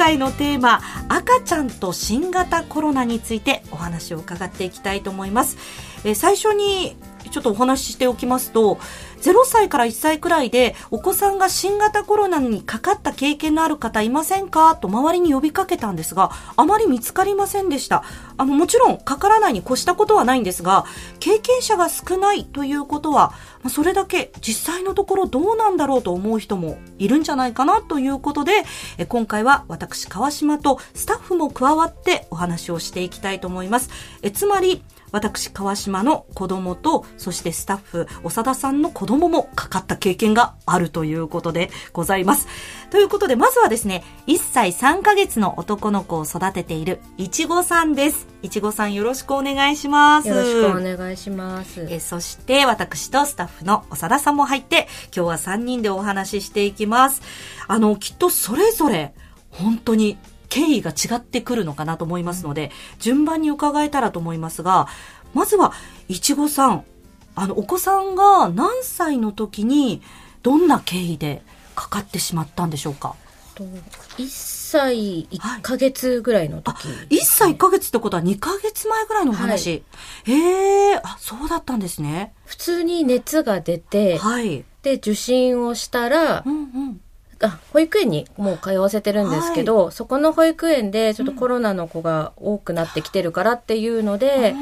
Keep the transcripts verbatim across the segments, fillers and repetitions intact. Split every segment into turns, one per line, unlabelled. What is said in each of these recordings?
回のテーマ、赤ちゃんと新型コロナについてお話を伺っていきたいと思います。えー、最初にちょっとお話ししておきますと、ゼロさいからいっさいくらいでお子さんが新型コロナにかかった経験のある方いませんかと周りに呼びかけたんですが、あまり見つかりませんでした。あのもちろんかからないに越したことはないんですが、経験者が少ないということはそれだけ実際のところどうなんだろうと思う人もいるんじゃないかなということで、え今回は私川島とスタッフも加わってお話をしていきたいと思います。えつまり私川島の子供と、そしてスタッフ長田さんの子供もかかった経験があるということでございます。ということで、まずはですね、いっさいさんかげつの男の子を育てているいちごさんです。いちごさん、よろしくお願いします。
よろしくお願いします。
えそして私とスタッフの長田さんも入って今日はさんにんでお話ししていきます。あのきっとそれぞれ本当に経緯が違ってくるのかなと思いますので、うん、順番に伺えたらと思いますが、まずはいちごさん、あのお子さんが何歳の時にどんな経緯でかかってしまったんでしょうか？
といっさいいっかげつぐらいの時、
はい、いっさいいっかげつってことはにかげつまえぐらいのお話、はい、へー、あ、そうだったんですね。
普通に熱が出て、はい、で受診をしたら、うんうん、あ保育園にもう通わせてるんですけど、はい、そこの保育園でちょっとコロナの子が多くなってきてるからっていうので、うん、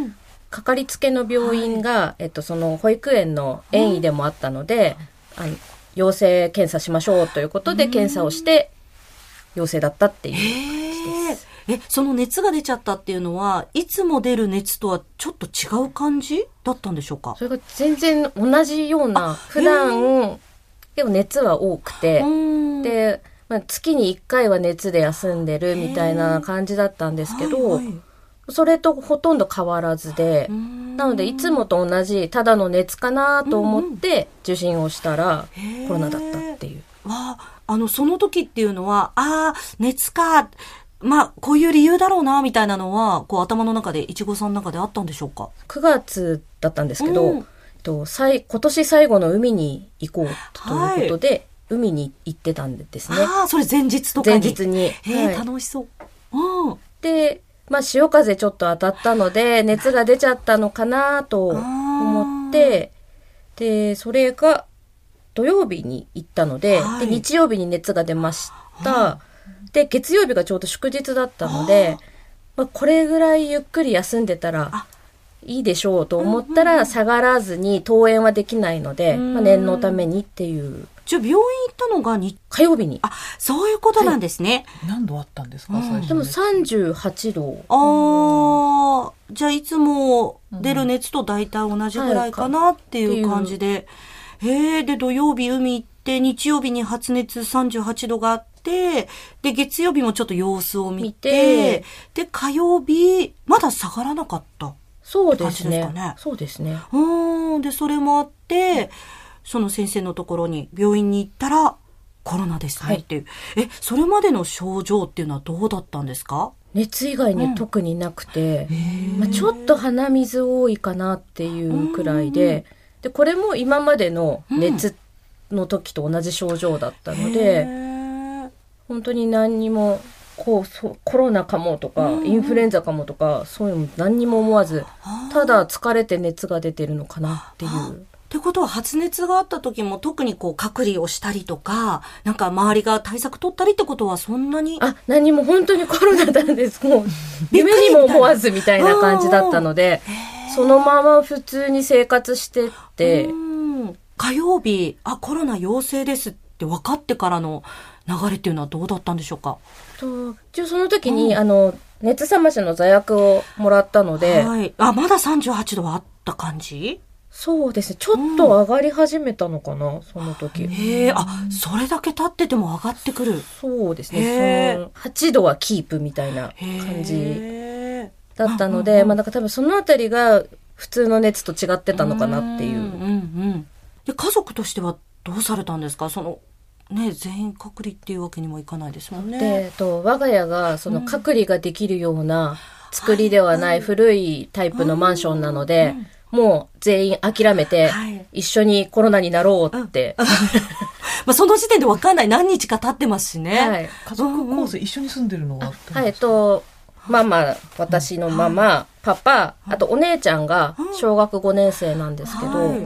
かかりつけの病院が、はい、えっと、その保育園の園医でもあったので、うん、あの陽性検査しましょうということで検査をして陽性だったっていう感じです。
え、その熱が出ちゃったっていうのはいつも出る熱とはちょっと違う感じだったんでしょうか？
それが全然同じような、普段でも熱は多くて、で、まあ、月にいっかいは熱で休んでるみたいな感じだったんですけど、はいはい、それとほとんど変わらずで、なのでいつもと同じただの熱かなと思って受診をしたらコロナだったっていう。
わあ、あのその時っていうのは、ああ熱か、まあこういう理由だろうなみたいなのはこう頭の中でいちごさんの中であったんでしょうか？
くがつだったんですけど、うん、と今年最後の海に行こうということで、はい、海に行ってたんですね。
ああ、それ前日とかに。
前日に。
へえ、はい、楽しそう。うん。
で、まあ潮風ちょっと当たったので熱が出ちゃったのかなと思って、でそれが土曜日に行ったので、はい、で日曜日に熱が出ました。で月曜日がちょうど祝日だったので、まあ、これぐらいゆっくり休んでたらいいでしょうと思ったら、下がらずに登園はできないので、まあ、念のためにっていう。
じゃあ病院行ったのがに
火曜日に。
あ、そういうことなんですね。
はい、何度あったんですか、うん、最初
でもさんじゅうはちど。
ああ、じゃあいつも出る熱と大体同じぐらいかなっていう感じで。へえ、で土曜日海行って日曜日に発熱さんじゅうはちどがあって、で月曜日もちょっと様子を見て、で火曜日まだ下がらなかったって感じですかね。
そうですね。
うん、でそれもあって、その先生のところに病院に行ったらコロナですねっていう、はい、えそれまでの症状っていうのはどうだったんですか？
熱以外に特になくて、うんまあ、ちょっと鼻水多いかなっていうくらいで、でこれも今までの熱の時と同じ症状だったので、うん、本当に何にもこうそコロナかもとか、うん、インフルエンザかもとかそういうの何にも思わず、ただ疲れて熱が出てるのかなっていう。
ってことは発熱があった時も特にこう隔離をしたりとか、なんか周りが対策取ったりってことはそんなに？
あ、何も本当にコロナなんです。もう夢にも思わずみたいな感じだったので、そのまま普通に生活してって、
火曜日あコロナ陽性ですって分かってからの流れっていうのはどうだったんでしょうか？
と一応その時に、うん、あの熱冷ましの座薬をもらったので、
はい、あまださんじゅうはちどはあった感じ？
そうですね。ちょっと上がり始めたのかな、うん、その時。
へえ、あ、それだけ経ってても上がってくる。
そうですね。そのはちどはキープみたいな感じだったので、うんうんうん、まあなんか多分そのあたりが普通の熱と違ってたのかなっていう。うんうんうん、
で家族としてはどうされたんですか？そのね、全員隔離っていうわけにもいかないですもんね。
で、と我が家がその隔離ができるような作りではない古いタイプのマンションなので、うんうん、もう全員諦めて、はい、 一緒にコロナになろうって。うん、
まあその時点で分かんない。何日か経ってますしね。はい、
家族構成一緒に住んでるのは、
はい、えっと、ママ、私のママ、はい、パパ、あとお姉ちゃんが小学ごねん生なんですけど、はい、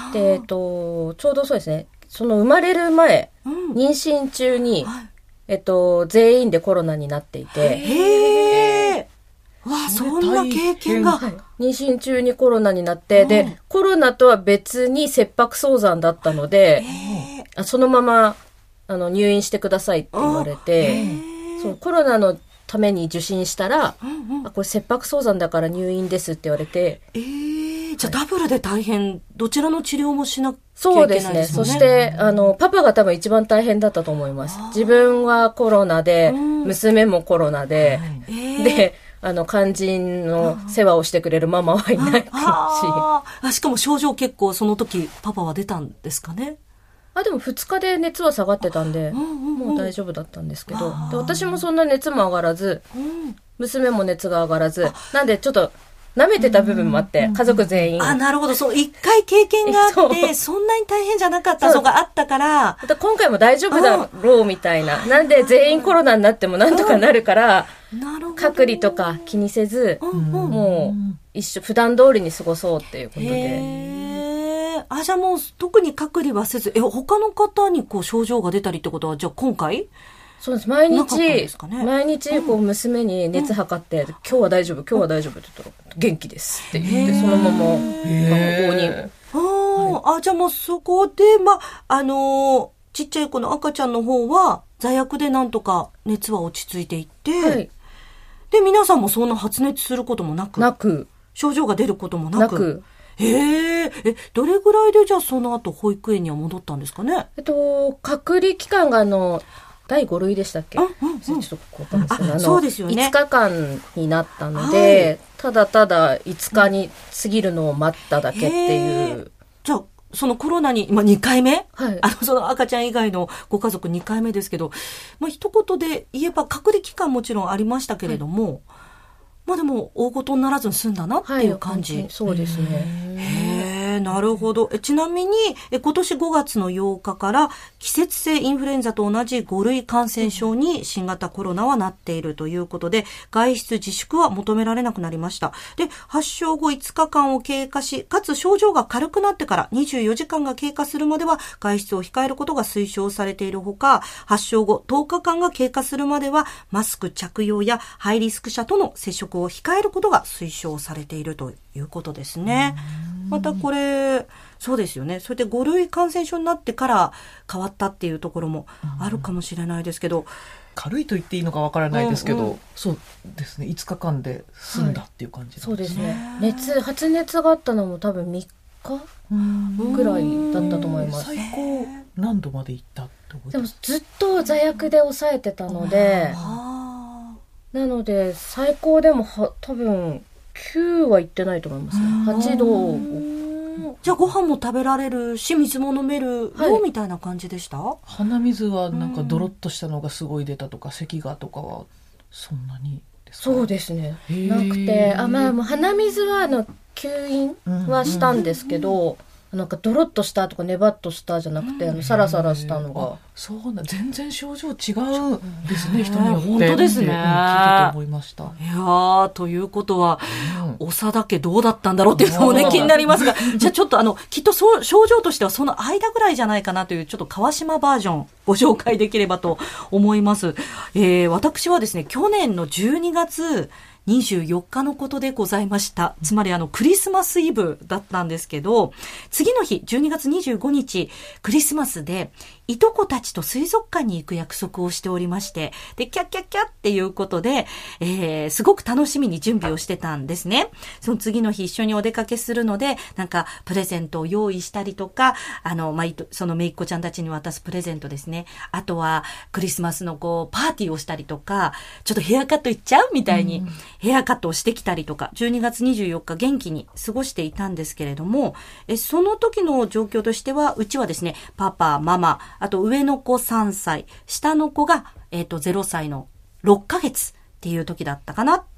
で、えっと、ちょうどそうですね、その生まれる前、うん、妊娠中に、はい、えっと、全員でコロナになっていて、
へー。わあ、そんな経験が、はい。
妊娠中にコロナになって、で、コロナとは別に切迫早産だったので、あそのままあの入院してくださいって言われて、そうコロナのために受診したら、うんうん、あこれ切迫早産だから入院ですって言われて、
えー、じゃあダブルで大変、はい、どちらの治療もしなきゃいけないですね。そうですね。
そしてあのパパが多分一番大変だったと思います。自分はコロナで、うん、娘もコロナで、えー、であの肝心の世話をしてくれるママはいないし、
ああしかも症状結構その時パパは出たんですかね。
あでもふつかで熱は下がってたんで、うんうんうん、もう大丈夫だったんですけど、で私もそんな熱も上がらず、うん、娘も熱が上がらず、なんでちょっと舐めてた部分もあって、うんうんうん、家族全員。
あ、なるほど。そう、一回経験があって、そんなに大変じゃなかったのがあったから。
今回も大丈夫だろうみたいな。なんで全員コロナになってもなんとかなるから、隔離とか気にせず、うんうん、もう一緒、普段通りに過ごそうっていうことで。
あ、じゃあもう特に隔離はせず、え、他の方にこう症状が出たりってことは、じゃあ今回
そうです。毎日、ね、毎日こう娘に熱測って、うん、今日は大丈夫、今日は大丈夫って言ったら、元気ですって言って、そのまま学校に。
あ、はい、あ、じゃあもうそこで、ま、あのー、ちっちゃい子の赤ちゃんの方は、座薬でなんとか熱は落ち着いていって、はい、で、皆さんもそんな発熱することもなく、
なく、
症状が出ることもなく、
なく、
へえ、え、どれぐらいでじゃあその後保育園には戻ったんですかね。
えっと、隔離期間があの、だいご類でしたっけ、うんうんうん、ちょっとこうか
あそうですよね。
いつかかんになったので、はい、ただただいつかに過ぎるのを待っただけっていう。
じゃあ、そのコロナに、まあ、にかいめ、
はい、
あの、その赤ちゃん以外のご家族にかいめですけど、まあ、一言で言えば隔離期間もちろんありましたけれども、はい、まあでも大事にならずに済んだなっていう感じ。
はい、そうですね。
へー、なるほど。えちなみにえ今年ごがつのようかから季節性インフルエンザと同じご類感染症に新型コロナはなっているということで、外出自粛は求められなくなりました。で、発症後いつかかんを経過し、かつ症状が軽くなってからにじゅうよじかんが経過するまでは外出を控えることが推奨されているほか、発症後とおかかんが経過するまではマスク着用やハイリスク者との接触を控えることが推奨されているということですね。またこれそうですよね。それでご類感染症になってから変わったっていうところもあるかもしれないですけど、
軽いと言っていいのかわからないですけど、うんうん、そうですね、いつかかんで済んだっていう感じなんですね。
はい、そうですね。熱発熱があったのも多分みっかぐらいだったと思います。
最高何度までいったって覚えてます？
でもずっと座薬で抑えてたので、なので最高でもは多分きゅうはいってないと思いますね。はちどを
じゃあご飯も食べられるし水も飲めるよ、はい、みたいな感じでした？
鼻水はなんかドロッとしたのがすごい出たとか、咳がとかはそんなにですか？
そうですね、なくて、あ、まあ、もう鼻水はあの吸引はしたんですけど、うんうん、なんかドロッとしたとかネバッとしたじゃなくて、うん、あのサラサラしたのが、
そうな、全然症状違うんですね、人によって。
本当ですね、
うん、聞いてて思いました。い
やー、ということは、うん、長田家どうだったんだろうっていうのもね気になりますが、じゃあちょっとあのきっとそう症状としてはその間ぐらいじゃないかなという、ちょっと川島バージョンご紹介できればと思います。えー、私はですね、去年のじゅうにがつにじゅうよっかのことでございました。つまりあのクリスマスイブだったんですけど、次の日じゅうにがつにじゅうごにちクリスマスでいとこたちと水族館に行く約束をしておりまして、でキャッキャッキャッっていうことで、えー、すごく楽しみに準備をしてたんですね。その次の日一緒にお出かけするので、なんかプレゼントを用意したりとか、あの、まあ、そのめいっ子ちゃんたちに渡すプレゼントですね。あとはクリスマスのこうパーティーをしたりとか、ちょっとヘアカット行っちゃうみたいに、うん、ヘアカットをしてきたりとか、じゅうにがつにじゅうよっか元気に過ごしていたんですけれども、えその時の状況としては、うちはですね、パパ、ママ、あと上の子さんさい、下の子が、えっと、ゼロさいのろっかげつっていう時だったかなっ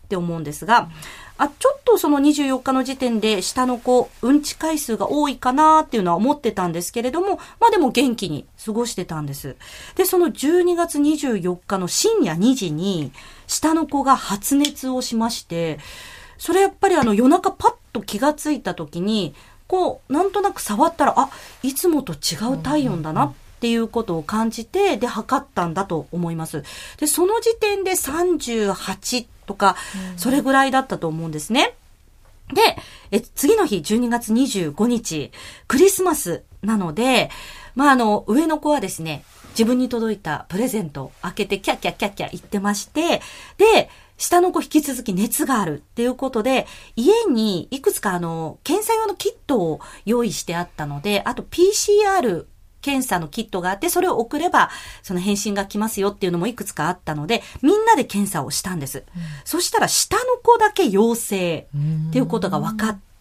って思うんですが、あ、ちょっとそのにじゅうよっかの時点で下の子、うんち回数が多いかなっていうのは思ってたんですけれども、まあでも元気に過ごしてたんです。で、そのじゅうにがつにじゅうよっかの深夜にじに、下の子が発熱をしまして、それやっぱりあの夜中パッと気がついた時に、こう、なんとなく触ったら、あ、いつもと違う体温だなっていうことを感じて、で、測ったんだと思います。で、その時点でさんじゅうはちとか、それぐらいだったと思うんですね。で、え、次の日、じゅうにがつにじゅうごにち、クリスマスなので、まあ、あの、上の子はですね、自分に届いたプレゼントを開けてキャッキャッキャッキャ言ってまして、で、下の子引き続き熱があるっていうことで、家にいくつかあの、検査用のキットを用意してあったので、あと ピーシーアール 検査のキットがあって、それを送れば、その返信が来ますよっていうのもいくつかあったので、みんなで検査をしたんです。うん、そしたら下の子だけ陽性っていうことが分かって、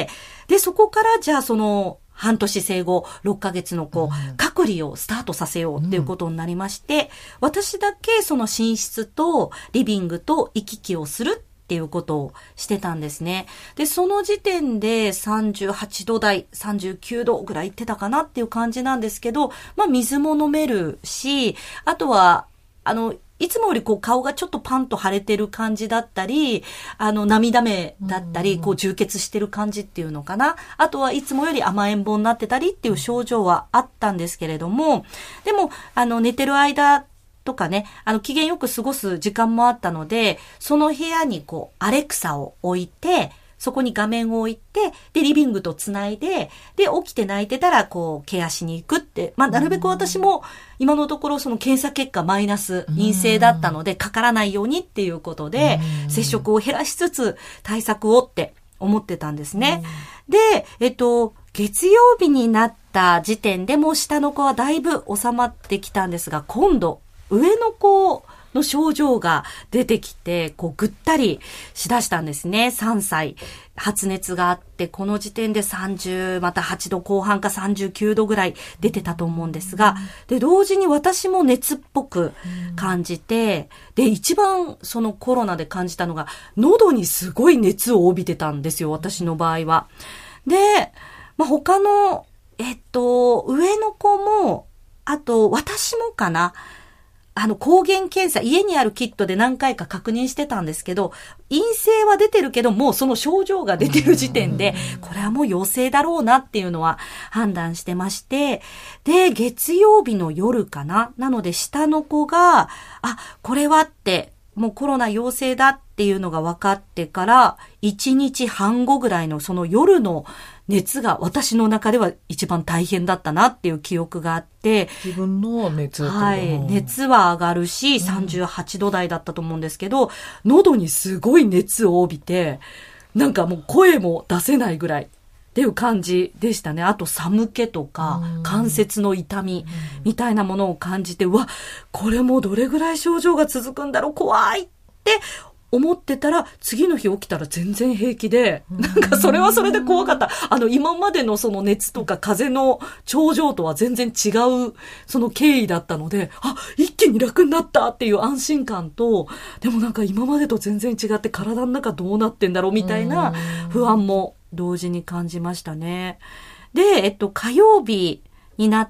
で、そこからじゃあその、半年生後ろっかげつの子、うん、隔離をスタートさせようっていうことになりまして、うん、私だけその寝室とリビングと行き来をするっていうことをしてたんですね。で、その時点でさんじゅうはちど台、さんじゅうきゅうどぐらい行ってたかなっていう感じなんですけど、まあ水も飲めるし、あとは、あの、いつもよりこう顔がちょっとパンと腫れてる感じだったり、あの涙目だったり、こう充血してる感じっていうのかな。あとはいつもより甘えん坊になってたりっていう症状はあったんですけれども、でも、あの寝てる間とかね、あの機嫌よく過ごす時間もあったので、その部屋にこうアレクサを置いて、そこに画面を置いて、で、リビングとつないで、で、起きて泣いてたら、こう、ケアしに行くって、まあ、なるべく私も、今のところ、その検査結果マイナス、陰性だったので、かからないようにっていうことで、接触を減らしつつ、対策をって思ってたんですね。で、えっと、月曜日になった時点でも、下の子はだいぶ収まってきたんですが、今度、上の子の症状が出てきて、こうぐったりしだしたんですね。さんさい。発熱があって、この時点でさんじゅう、またはちどこう半かさんじゅうきゅうどぐらい出てたと思うんですが、で、同時に私も熱っぽく感じて、で、一番そのコロナで感じたのが、喉にすごい熱を帯びてたんですよ、私の場合は。で、まあ、他の、えっと、上の子も、あと、私もかな、あの、抗原検査、家にあるキットで何回か確認してたんですけど、陰性は出てるけど、もうその症状が出てる時点で、これはもう陽性だろうなっていうのは判断してまして、で、月曜日の夜かな。なので、下の子が、あ、これはって、もうコロナ陽性だっていうのが分かってから、いちにちはん後ぐらいのその夜の熱が私の中では一番大変だったなっていう記憶があって、
自分の熱
はい、熱は上がるし、さんじゅうはちど台だったと思うんですけど、うん、喉にすごい熱を帯びて、なんかもう声も出せないぐらいっていう感じでしたね。あと寒気とか関節の痛みみたいなものを感じて、うわ、これもどれぐらい症状が続くんだろう、怖いって思ってたら、次の日起きたら全然平気で、なんかそれはそれで怖かった。あの今までのその熱とか風邪の症状とは全然違うその経緯だったので、あ、一気に楽になったっていう安心感と、でもなんか今までと全然違って体の中どうなってんだろうみたいな不安も同時に感じましたね。で、えっと火曜日になって、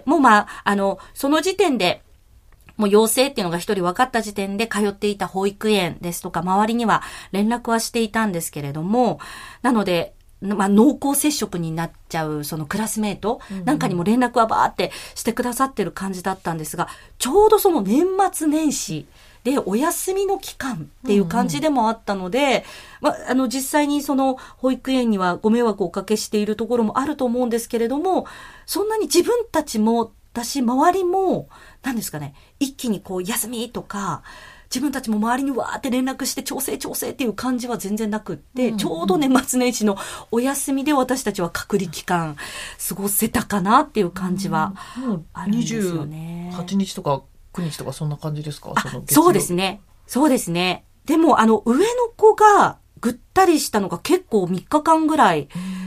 もうまあ、あの、その時点でもう陽性っていうのが一人分かった時点で通っていた保育園ですとか周りには連絡はしていたんですけれども、なので、まあ、濃厚接触になっちゃうそのクラスメートなんかにも連絡はバーってしてくださってる感じだったんですが、ちょうどその年末年始でお休みの期間っていう感じでもあったので、うんうん、まあ、あの実際にその保育園にはご迷惑をおかけしているところもあると思うんですけれども、そんなに自分たちもだし周りも何ですかね、一気にこう休みとか自分たちも周りにわーって連絡して調整調整っていう感じは全然なくって、うんうん、ちょうど年末年始のお休みで私たちは隔離期間過ごせたかなっていう感じはあるんですよね。
にじゅうはちにちとかくにちとかそんな感じですか？
そのそうですね。そうですね。でもあの上の子がぐったりしたのが結構みっかかんぐらい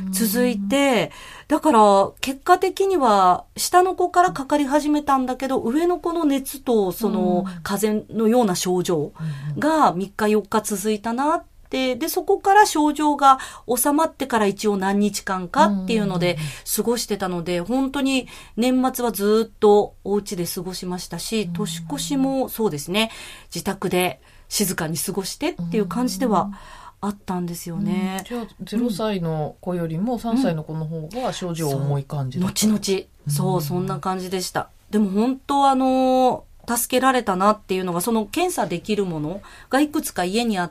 続いて、だから結果的には下の子からかかり始めたんだけど、上の子の熱とその風邪のような症状がみっかよっか続いたなって、でそこから症状が収まってから一応何日間かっていうので過ごしてたので、本当に年末はずっとお家で過ごしましたし、年越しもそうですね、自宅で静かに過ごしてっていう感じではあったんですよね。
うん、じゃあゼロさいの子よりもさんさいの子の方が症状重い感じだった、
うん、後々そう、そんな感じでした。でも本当あの助けられたなっていうのが、その検査できるものがいくつか家にあって、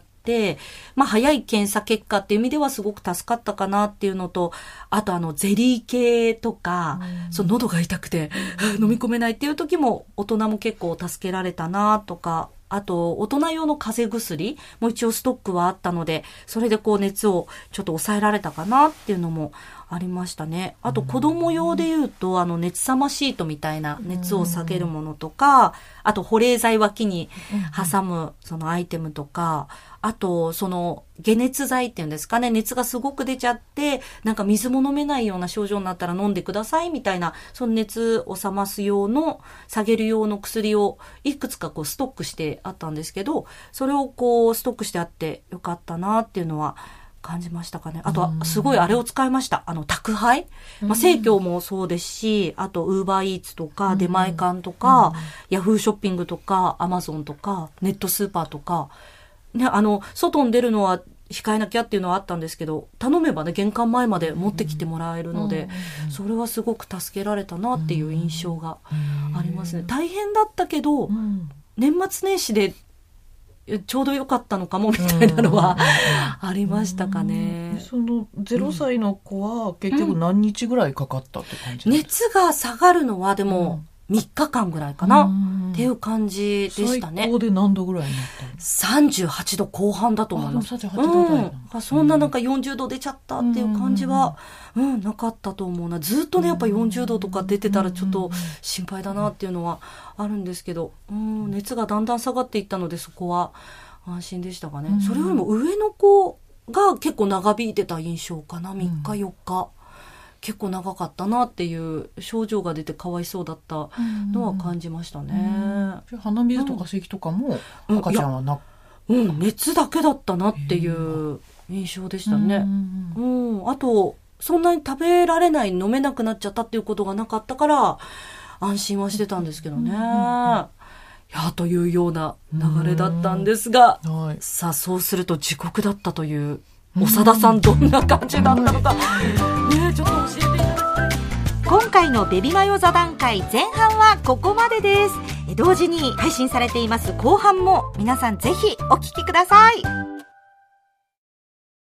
まあ早い検査結果っていう意味ではすごく助かったかなっていうのと、あとあのゼリー系とか、うん、その喉が痛くて飲み込めないっていう時も大人も結構助けられたなとか、あと大人用の風邪薬も一応ストックはあったので、それでこう熱をちょっと抑えられたかなっていうのもありましたね。あと子供用で言うと、あの熱さまシートみたいな熱を下げるものとか、あと保冷剤脇に挟むそのアイテムとか、あとその解熱剤っていうんですかね、熱がすごく出ちゃってなんか水も飲めないような症状になったら飲んでくださいみたいな、その熱を冷ます用の下げる用の薬をいくつかこうストックしてあったんですけど、それをこうストックしてあってよかったなっていうのは感じましたかね。あとはすごいあれを使いました。あの宅配、まあ、生協もそうですし、あとウーバーイーツとか出前館とか、ヤフーショッピングとかアマゾンとかネットスーパーとかね、あの外に出るのは控えなきゃっていうのはあったんですけど、頼めばね玄関前まで持ってきてもらえるので、それはすごく助けられたなっていう印象がありますね。大変だったけど、年末年始でちょうど良かったのかもみたいなのはありましたかね。
そのゼロさいの子は結局何日ぐらいかかったって感じなんですか？
熱が下がるのはでもみっかかんぐらいかなっていう感じでしたね。
最高で何度ぐらいになったの？
さんじゅうはちどこう半だと思います。
さんじゅうはちど台なん
うん、そんななんかよんじゅうど出ちゃったっていう感じは、うん、なかったと思うな。ずっとねやっぱよんじゅうどとか出てたらちょっと心配だなっていうのはあるんですけど、うん、熱がだんだん下がっていったのでそこは安心でしたかね。それよりも上の子が結構長引いてた印象かな。みっかよっか結構長かったなっていう症状が出てかわいそうだったのは感じましたね。
うん、鼻水とか咳とかも赤ちゃんはな、
うん、うん、熱だけだったなっていう印象でしたね。うん、うん、あとそんなに食べられない飲めなくなっちゃったっていうことがなかったから安心はしてたんですけどね。うんうんうん、いやというような流れだったんですが、はい、さあそうすると地獄だったという長田さんどんな感じだったのか、ね、ちょっと教えていただきたい。
今回のベビマヨ座談会前半はここまでです。同時に配信されています後半も皆さんぜひお聞きください。